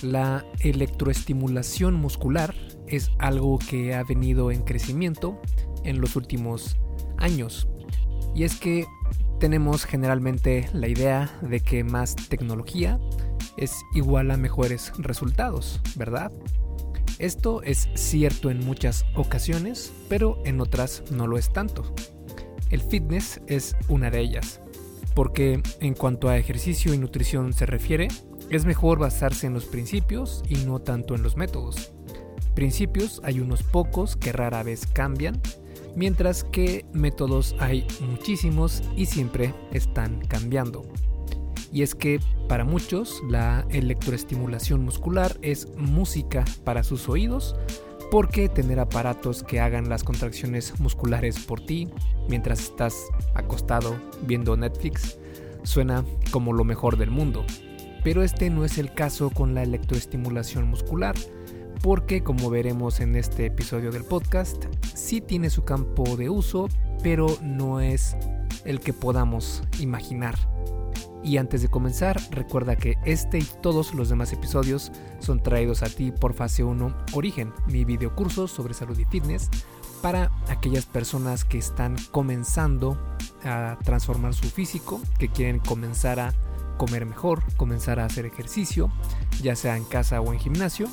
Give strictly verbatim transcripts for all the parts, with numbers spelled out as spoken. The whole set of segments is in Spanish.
La electroestimulación muscular es algo que ha venido en crecimiento en los últimos años. Y es que tenemos generalmente la idea de que más tecnología es igual a mejores resultados, ¿verdad? Esto es cierto en muchas ocasiones, pero en otras no lo es tanto. El fitness es una de ellas, porque en cuanto a ejercicio y nutrición se refiere, es mejor basarse en los principios y no tanto en los métodos. Principios hay unos pocos que rara vez cambian, mientras que métodos hay muchísimos y siempre están cambiando. Y es que para muchos la electroestimulación muscular es música para sus oídos, porque tener aparatos que hagan las contracciones musculares por ti mientras estás acostado viendo Netflix suena como lo mejor del mundo. Pero este no es el caso con la electroestimulación muscular, porque como veremos en este episodio del podcast, sí tiene su campo de uso, pero no es el que podamos imaginar. Y antes de comenzar, recuerda que este y todos los demás episodios son traídos a ti por Fase uno Origen, mi videocurso sobre salud y fitness para aquellas personas que están comenzando a transformar su físico, que quieren comenzar a comer mejor, comenzar a hacer ejercicio, ya sea en casa o en gimnasio.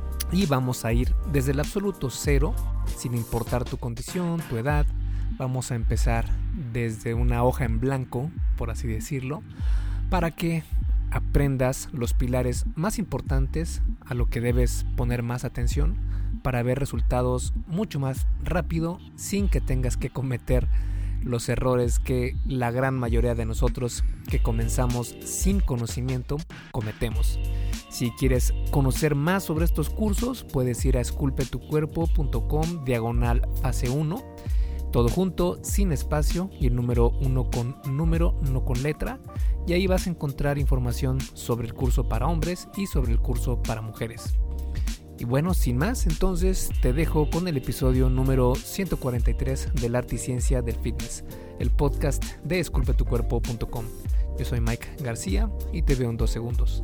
Y vamos a ir desde el absoluto cero, sin importar tu condición, tu edad. Vamos a empezar desde una hoja en blanco, por así decirlo, para que aprendas los pilares más importantes a lo que debes poner más atención para ver resultados mucho más rápido sin que tengas que cometer los errores que la gran mayoría de nosotros que comenzamos sin conocimiento cometemos. Si quieres conocer más sobre estos cursos, puedes ir a esculpetucuerpo.com diagonal fase uno, todo junto, sin espacio y el número uno con número, no con letra, y ahí vas a encontrar información sobre el curso para hombres y sobre el curso para mujeres. Y bueno, sin más, entonces te dejo con el episodio número ciento cuarenta y tres del Arte y Ciencia del Fitness, el podcast de esculpe tu cuerpo punto com. Yo soy Mike García y te veo en dos segundos.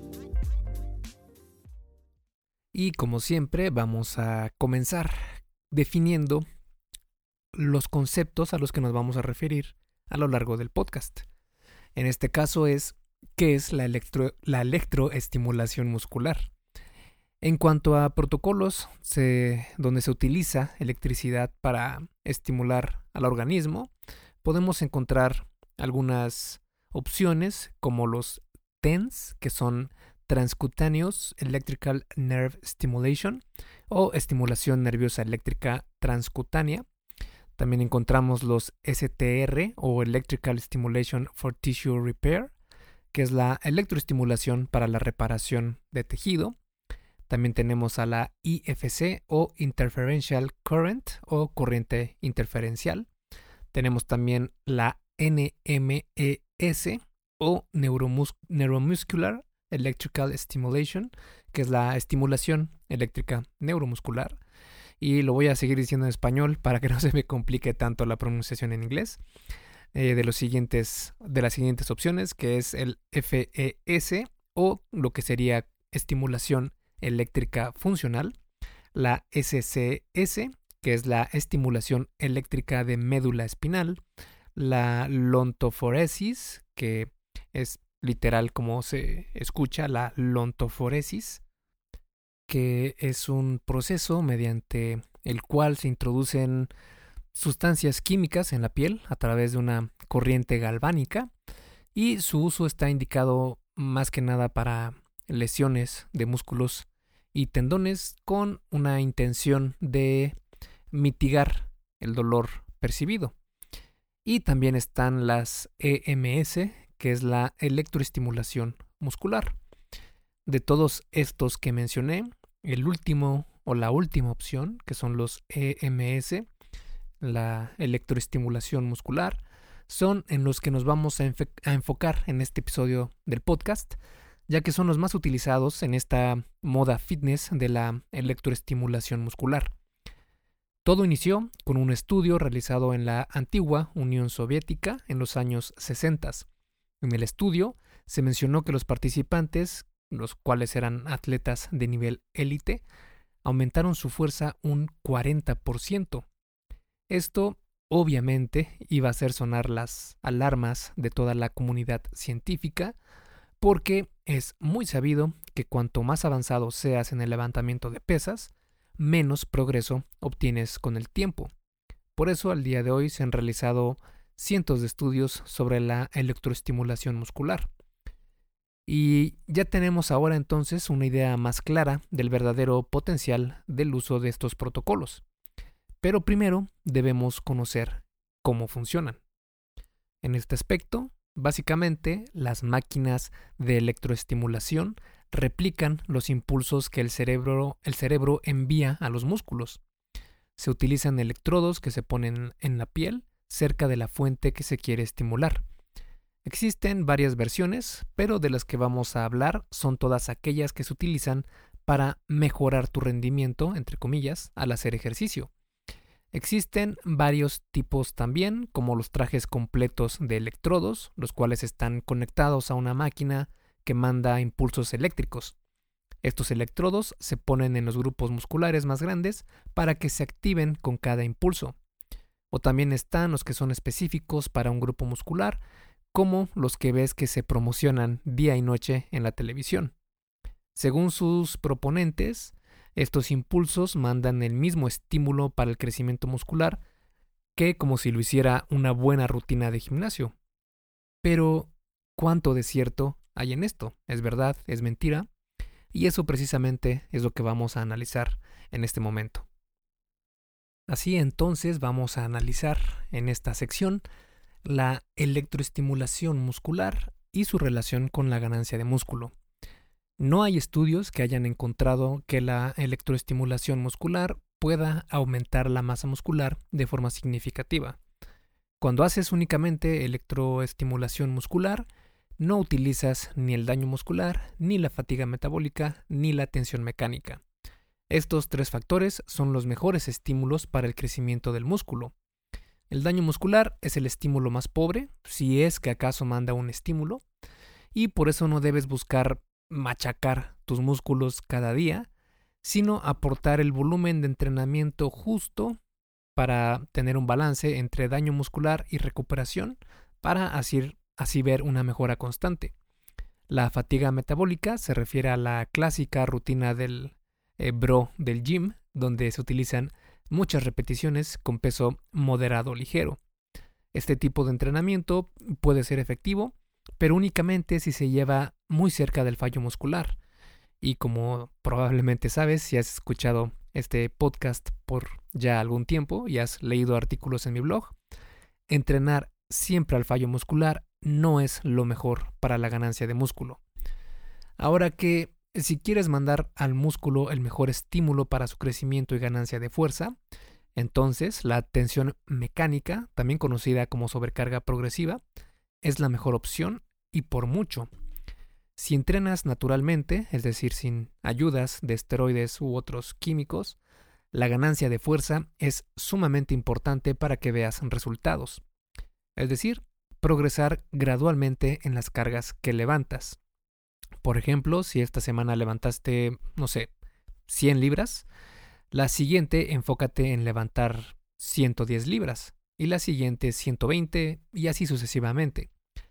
Y como siempre, vamos a comenzar definiendo los conceptos a los que nos vamos a referir a lo largo del podcast. En este caso es, ¿qué es la, electro, la electroestimulación muscular? En cuanto a protocolos se, donde se utiliza electricidad para estimular al organismo, podemos encontrar algunas opciones como los T E N S, que son Transcutaneous Electrical Nerve Stimulation o estimulación nerviosa eléctrica transcutánea. También encontramos los S T R o Electrical Stimulation for Tissue Repair, que es la electroestimulación para la reparación de tejido. También tenemos a la I F C o Interferential Current o corriente interferencial. Tenemos también la N M E S o Neuromus- Neuromuscular Electrical Stimulation, que es la estimulación eléctrica neuromuscular. Y lo voy a seguir diciendo en español para que no se me complique tanto la pronunciación en inglés. Eh, de, los siguientes, de las siguientes opciones, que es el F E S o lo que sería estimulación eléctrica funcional, la S C S, que es la estimulación eléctrica de médula espinal, la lontoforesis, que es literal como se escucha, la lontoforesis, que es un proceso mediante el cual se introducen sustancias químicas en la piel a través de una corriente galvánica, y su uso está indicado más que nada para lesiones de músculos y tendones con una intención de mitigar el dolor percibido. Y también están las E M S, que es la electroestimulación muscular. De todos estos que mencioné, el último o la última opción, que son los E M S, la electroestimulación muscular, son en los que nos vamos a, enf- a enfocar en este episodio del podcast, ya que son los más utilizados en esta moda fitness de la electroestimulación muscular. Todo inició con un estudio realizado en la antigua Unión Soviética en los años sesenta. En el estudio se mencionó que los participantes los cuales eran atletas de nivel élite, aumentaron su fuerza un cuarenta por ciento. Esto obviamente iba a hacer sonar las alarmas de toda la comunidad científica, porque es muy sabido que cuanto más avanzado seas en el levantamiento de pesas, menos progreso obtienes con el tiempo. Por eso al día de hoy se han realizado cientos de estudios sobre la electroestimulación muscular. Y ya tenemos ahora entonces una idea más clara del verdadero potencial del uso de estos protocolos. Pero primero debemos conocer cómo funcionan. En este aspecto, básicamente las máquinas de electroestimulación replican los impulsos que el cerebro, el cerebro envía a los músculos. Se utilizan electrodos que se ponen en la piel cerca de la fuente que se quiere estimular. Existen varias versiones, pero de las que vamos a hablar son todas aquellas que se utilizan para mejorar tu rendimiento, entre comillas, al hacer ejercicio. Existen varios tipos también, como los trajes completos de electrodos, los cuales están conectados a una máquina que manda impulsos eléctricos. Estos electrodos se ponen en los grupos musculares más grandes para que se activen con cada impulso. O también están los que son específicos para un grupo muscular, como los que ves que se promocionan día y noche en la televisión. Según sus proponentes, estos impulsos mandan el mismo estímulo para el crecimiento muscular que como si lo hiciera una buena rutina de gimnasio. Pero, ¿cuánto de cierto hay en esto? ¿Es verdad? ¿Es mentira? Y eso precisamente es lo que vamos a analizar en este momento. Así entonces vamos a analizar en esta sección la electroestimulación muscular y su relación con la ganancia de músculo. No hay estudios que hayan encontrado que la electroestimulación muscular pueda aumentar la masa muscular de forma significativa. Cuando haces únicamente electroestimulación muscular, no utilizas ni el daño muscular, ni la fatiga metabólica, ni la tensión mecánica. Estos tres factores son los mejores estímulos para el crecimiento del músculo. El daño muscular es el estímulo más pobre, si es que acaso manda un estímulo, y por eso no debes buscar machacar tus músculos cada día, sino aportar el volumen de entrenamiento justo para tener un balance entre daño muscular y recuperación para así, así ver una mejora constante. La fatiga metabólica se refiere a la clásica rutina del eh, bro del gym, donde se utilizan muchas repeticiones con peso moderado o ligero. Este tipo de entrenamiento puede ser efectivo, pero únicamente si se lleva muy cerca del fallo muscular. Y como probablemente sabes, si has escuchado este podcast por ya algún tiempo y has leído artículos en mi blog, entrenar siempre al fallo muscular no es lo mejor para la ganancia de músculo. Ahora que si quieres mandar al músculo el mejor estímulo para su crecimiento y ganancia de fuerza, entonces la tensión mecánica, también conocida como sobrecarga progresiva, es la mejor opción y por mucho. Si entrenas naturalmente, es decir, sin ayudas de esteroides u otros químicos, la ganancia de fuerza es sumamente importante para que veas resultados. Es decir, progresar gradualmente en las cargas que levantas. Por ejemplo, si esta semana levantaste, no sé, cien libras, la siguiente enfócate en levantar ciento diez libras y la siguiente ciento veinte y así sucesivamente.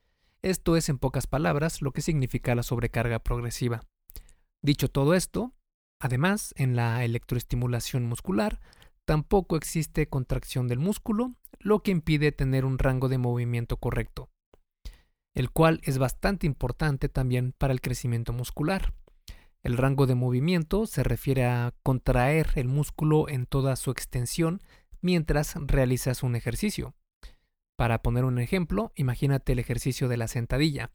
Esto es en pocas palabras lo que significa la sobrecarga progresiva. Dicho todo esto, además, en la electroestimulación muscular tampoco existe contracción del músculo, lo que impide tener un rango de movimiento correcto, el cual es bastante importante también para el crecimiento muscular. El rango de movimiento se refiere a contraer el músculo en toda su extensión mientras realizas un ejercicio. Para poner un ejemplo, imagínate el ejercicio de la sentadilla.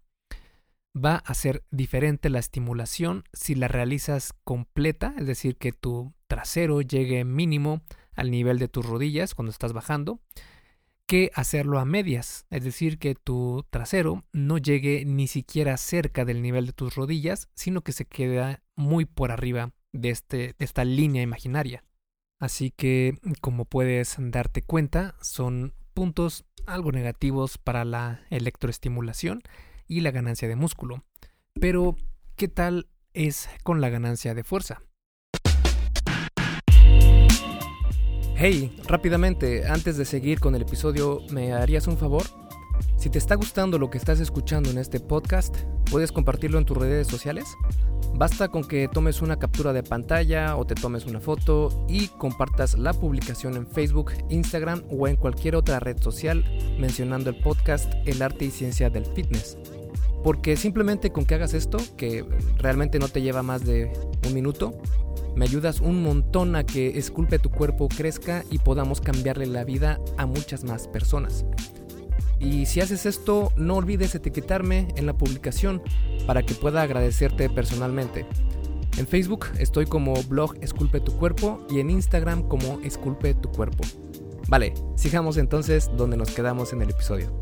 Va a ser diferente la estimulación si la realizas completa, es decir, que tu trasero llegue mínimo al nivel de tus rodillas cuando estás bajando, que hacerlo a medias, es decir, que tu trasero no llegue ni siquiera cerca del nivel de tus rodillas, sino que se queda muy por arriba de, este, de esta línea imaginaria. Así que, como puedes darte cuenta, son puntos algo negativos para la electroestimulación y la ganancia de músculo. Pero, ¿qué tal es con la ganancia de fuerza. Hey, rápidamente, antes de seguir con el episodio, ¿me harías un favor? Si te está gustando lo que estás escuchando en este podcast, ¿puedes compartirlo en tus redes sociales? Basta con que tomes una captura de pantalla o te tomes una foto y compartas la publicación en Facebook, Instagram o en cualquier otra red social mencionando el podcast El Arte y Ciencia del Fitness. Porque simplemente con que hagas esto, que realmente no te lleva más de un minuto, me ayudas un montón a que Esculpe tu Cuerpo crezca y podamos cambiarle la vida a muchas más personas. Y si haces esto, no olvides etiquetarme en la publicación para que pueda agradecerte personalmente. En Facebook estoy como blog Esculpe tu Cuerpo y en Instagram como Esculpe tu Cuerpo. Vale, sigamos entonces donde nos quedamos en el episodio.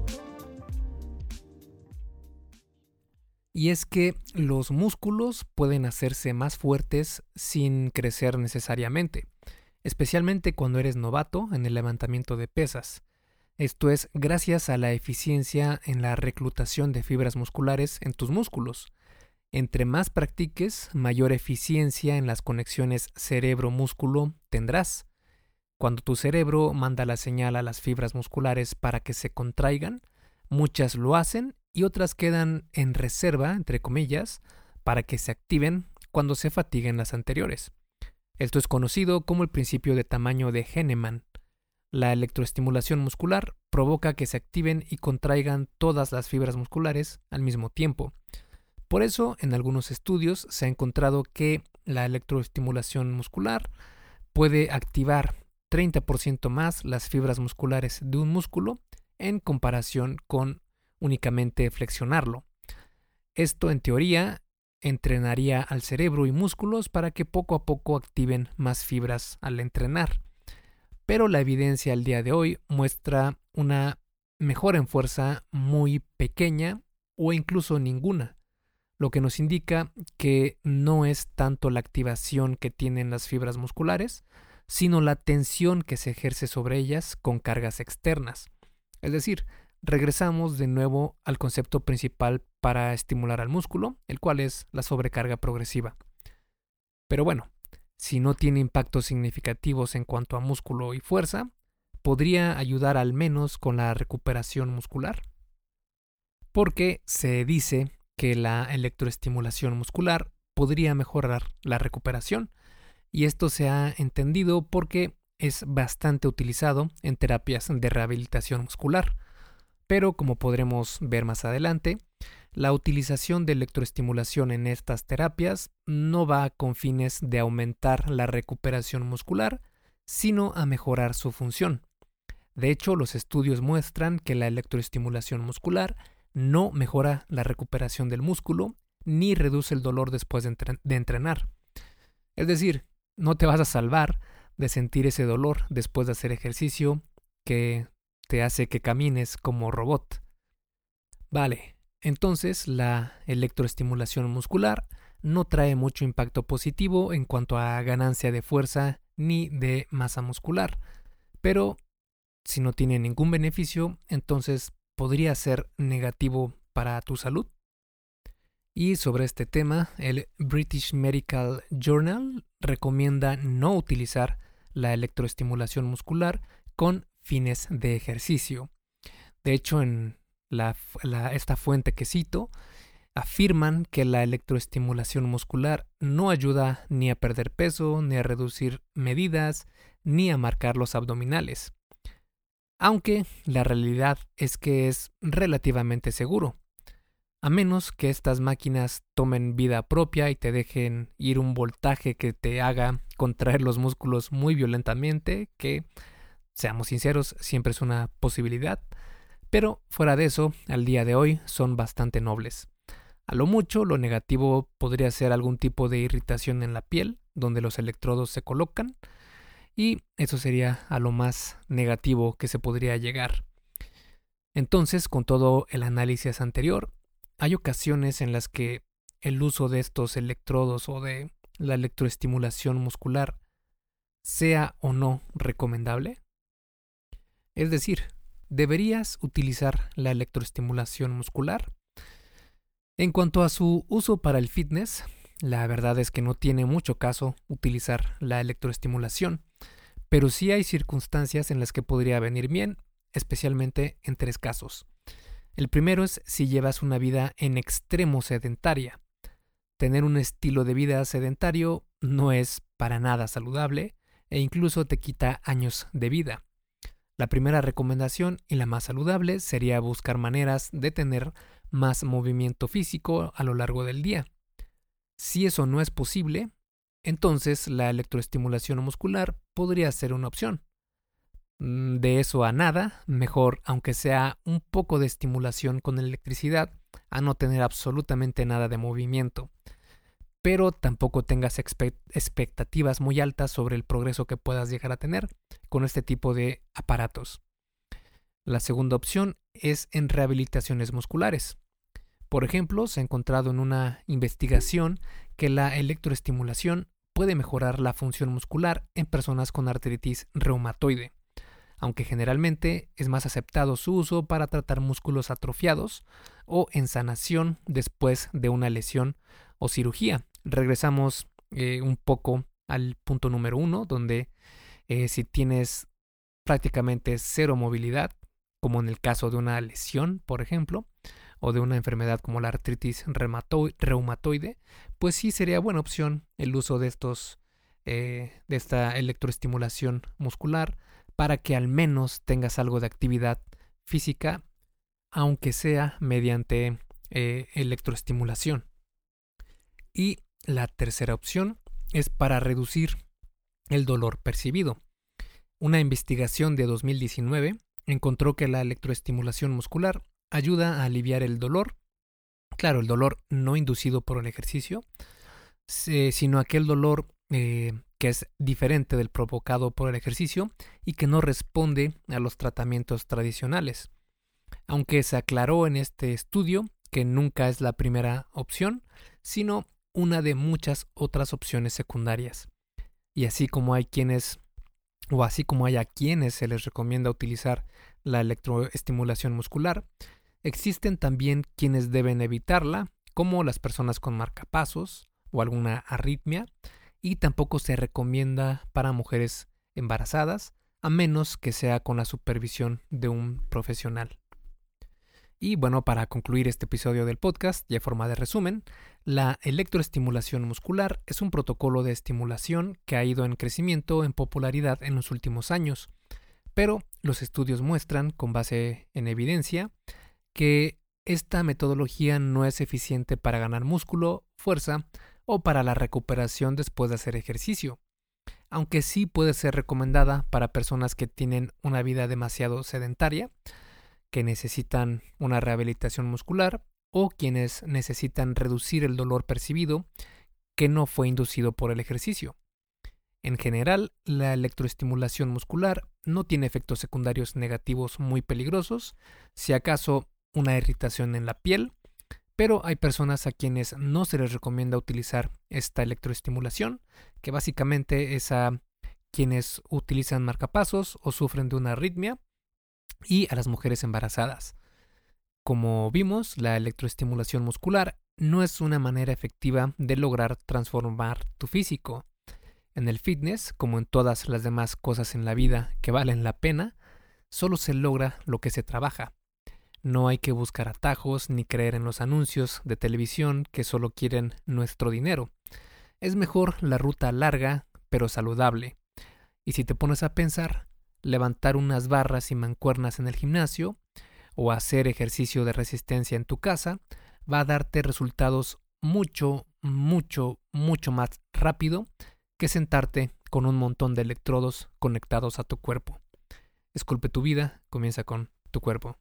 Y es que los músculos pueden hacerse más fuertes sin crecer necesariamente, especialmente cuando eres novato en el levantamiento de pesas. Esto es gracias a la eficiencia en la reclutación de fibras musculares en tus músculos. Entre más practiques, mayor eficiencia en las conexiones cerebro-músculo tendrás. Cuando tu cerebro manda la señal a las fibras musculares para que se contraigan, muchas lo hacen y otras quedan en reserva, entre comillas, para que se activen cuando se fatiguen las anteriores. Esto es conocido como el principio de tamaño de Henneman. La electroestimulación muscular provoca que se activen y contraigan todas las fibras musculares al mismo tiempo. Por eso, en algunos estudios se ha encontrado que la electroestimulación muscular puede activar treinta por ciento más las fibras musculares de un músculo en comparación con únicamente flexionarlo. Esto, en teoría, entrenaría al cerebro y músculos para que poco a poco activen más fibras al entrenar. Pero la evidencia al día de hoy muestra una mejora en fuerza muy pequeña o incluso ninguna, lo que nos indica que no es tanto la activación que tienen las fibras musculares, sino la tensión que se ejerce sobre ellas con cargas externas. Es decir, regresamos de nuevo al concepto principal para estimular al músculo, el cual es la sobrecarga progresiva. Pero bueno, si no tiene impactos significativos en cuanto a músculo y fuerza, podría ayudar al menos con la recuperación muscular. Porque se dice que la electroestimulación muscular podría mejorar la recuperación, y esto se ha entendido porque es bastante utilizado en terapias de rehabilitación muscular. Pero como podremos ver más adelante, la utilización de electroestimulación en estas terapias no va con fines de aumentar la recuperación muscular, sino a mejorar su función. De hecho, los estudios muestran que la electroestimulación muscular no mejora la recuperación del músculo ni reduce el dolor después de, entre- de entrenar. Es decir, no te vas a salvar de sentir ese dolor después de hacer ejercicio que te hace que camines como robot. Vale. Entonces, la electroestimulación muscular no trae mucho impacto positivo en cuanto a ganancia de fuerza ni de masa muscular, pero si no tiene ningún beneficio, entonces podría ser negativo para tu salud. Y sobre este tema, el British Medical Journal recomienda no utilizar la electroestimulación muscular con fines de ejercicio. De hecho, en La, la, esta fuente que cito, afirman que la electroestimulación muscular no ayuda ni a perder peso, ni a reducir medidas, ni a marcar los abdominales. Aunque la realidad es que es relativamente seguro, a menos que estas máquinas tomen vida propia y te dejen ir un voltaje que te haga contraer los músculos muy violentamente, que, seamos sinceros, siempre es una posibilidad. Pero fuera de eso, al día de hoy son bastante nobles. A lo mucho, lo negativo podría ser algún tipo de irritación en la piel, donde los electrodos se colocan, y eso sería a lo más negativo que se podría llegar. Entonces, con todo el análisis anterior, hay ocasiones en las que el uso de estos electrodos o de la electroestimulación muscular sea o no recomendable. Es decir, ¿deberías utilizar la electroestimulación muscular? En cuanto a su uso para el fitness, la verdad es que no tiene mucho caso utilizar la electroestimulación, pero sí hay circunstancias en las que podría venir bien, especialmente en tres casos. El primero es si llevas una vida en extremo sedentaria. Tener un estilo de vida sedentario no es para nada saludable e incluso te quita años de vida. La primera recomendación y la más saludable sería buscar maneras de tener más movimiento físico a lo largo del día. Si eso no es posible, entonces la electroestimulación muscular podría ser una opción. De eso a nada, mejor aunque sea un poco de estimulación con electricidad, a no tener absolutamente nada de movimiento. Pero tampoco tengas expectativas muy altas sobre el progreso que puedas llegar a tener con este tipo de aparatos. La segunda opción es en rehabilitaciones musculares. Por ejemplo, se ha encontrado en una investigación que la electroestimulación puede mejorar la función muscular en personas con artritis reumatoide, aunque generalmente es más aceptado su uso para tratar músculos atrofiados o en sanación después de una lesión o cirugía. Regresamos eh, un poco al punto número uno, donde eh, si tienes prácticamente cero movilidad, como en el caso de una lesión, por ejemplo, o de una enfermedad como la artritis reumatoide, pues sí sería buena opción el uso de estos, eh, de esta electroestimulación muscular para que al menos tengas algo de actividad física, aunque sea mediante eh, electroestimulación. Y la tercera opción es para reducir el dolor percibido. Una investigación de dos mil diecinueve encontró que la electroestimulación muscular ayuda a aliviar el dolor, claro, el dolor no inducido por el ejercicio, sino aquel dolor eh, que es diferente del provocado por el ejercicio y que no responde a los tratamientos tradicionales. Aunque se aclaró en este estudio que nunca es la primera opción, sino una de muchas otras opciones secundarias. Y así como hay quienes, o así como hay a quienes se les recomienda utilizar la electroestimulación muscular, existen también quienes deben evitarla, como las personas con marcapasos o alguna arritmia, y tampoco se recomienda para mujeres embarazadas, a menos que sea con la supervisión de un profesional. Y bueno, para concluir este episodio del podcast y a forma de resumen, la electroestimulación muscular es un protocolo de estimulación que ha ido en crecimiento en popularidad en los últimos años, pero los estudios muestran, con base en evidencia, que esta metodología no es eficiente para ganar músculo, fuerza o para la recuperación después de hacer ejercicio, aunque sí puede ser recomendada para personas que tienen una vida demasiado sedentaria, que necesitan una rehabilitación muscular o quienes necesitan reducir el dolor percibido que no fue inducido por el ejercicio. En general, la electroestimulación muscular no tiene efectos secundarios negativos muy peligrosos, si acaso una irritación en la piel, pero hay personas a quienes no se les recomienda utilizar esta electroestimulación, que básicamente es a quienes utilizan marcapasos o sufren de una arritmia, y a las mujeres embarazadas. Como vimos, la electroestimulación muscular no es una manera efectiva de lograr transformar tu físico. En el fitness, como en todas las demás cosas en la vida que valen la pena, solo se logra lo que se trabaja. No hay que buscar atajos ni creer en los anuncios de televisión que solo quieren nuestro dinero. Es mejor la ruta larga, pero saludable. Y si te pones a pensar, levantar unas barras y mancuernas en el gimnasio o hacer ejercicio de resistencia en tu casa va a darte resultados mucho, mucho, mucho más rápido que sentarte con un montón de electrodos conectados a tu cuerpo. Esculpe tu vida, comienza con tu cuerpo.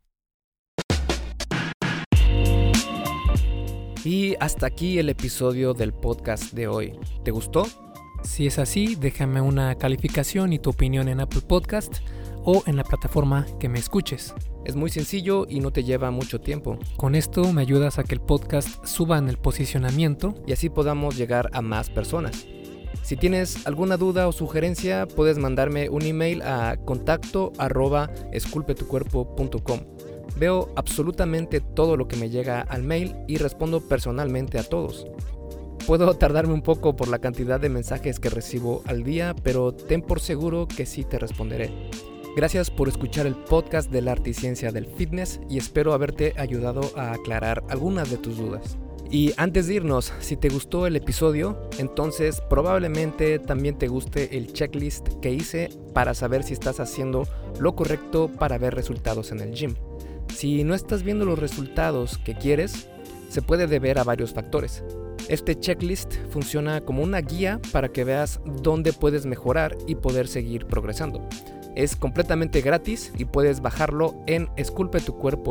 Y hasta aquí el episodio del podcast de hoy. ¿Te gustó? Si es así, déjame una calificación y tu opinión en Apple Podcast o en la plataforma que me escuches. Es muy sencillo y no te lleva mucho tiempo. Con esto me ayudas a que el podcast suba en el posicionamiento y así podamos llegar a más personas. Si tienes alguna duda o sugerencia, puedes mandarme un email a contacto arroba esculpetucuerpo punto com. Veo absolutamente todo lo que me llega al mail y respondo personalmente a todos. puedo tardarme un poco por la cantidad de mensajes que recibo al día, pero ten por seguro que sí te responderé. Gracias por escuchar el podcast del arte y ciencia del fitness y espero haberte ayudado a aclarar algunas de tus dudas. Y antes de irnos, si te gustó el episodio, entonces probablemente también te guste el checklist que hice para saber si estás haciendo lo correcto para ver resultados en el gym. Si no estás viendo los resultados que quieres, se puede deber a varios factores. Este checklist funciona como una guía para que veas dónde puedes mejorar y poder seguir progresando. Es completamente gratis y puedes bajarlo en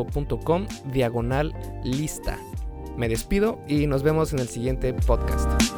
esculpetucuerpo.com diagonal lista. Me despido y nos vemos en el siguiente podcast.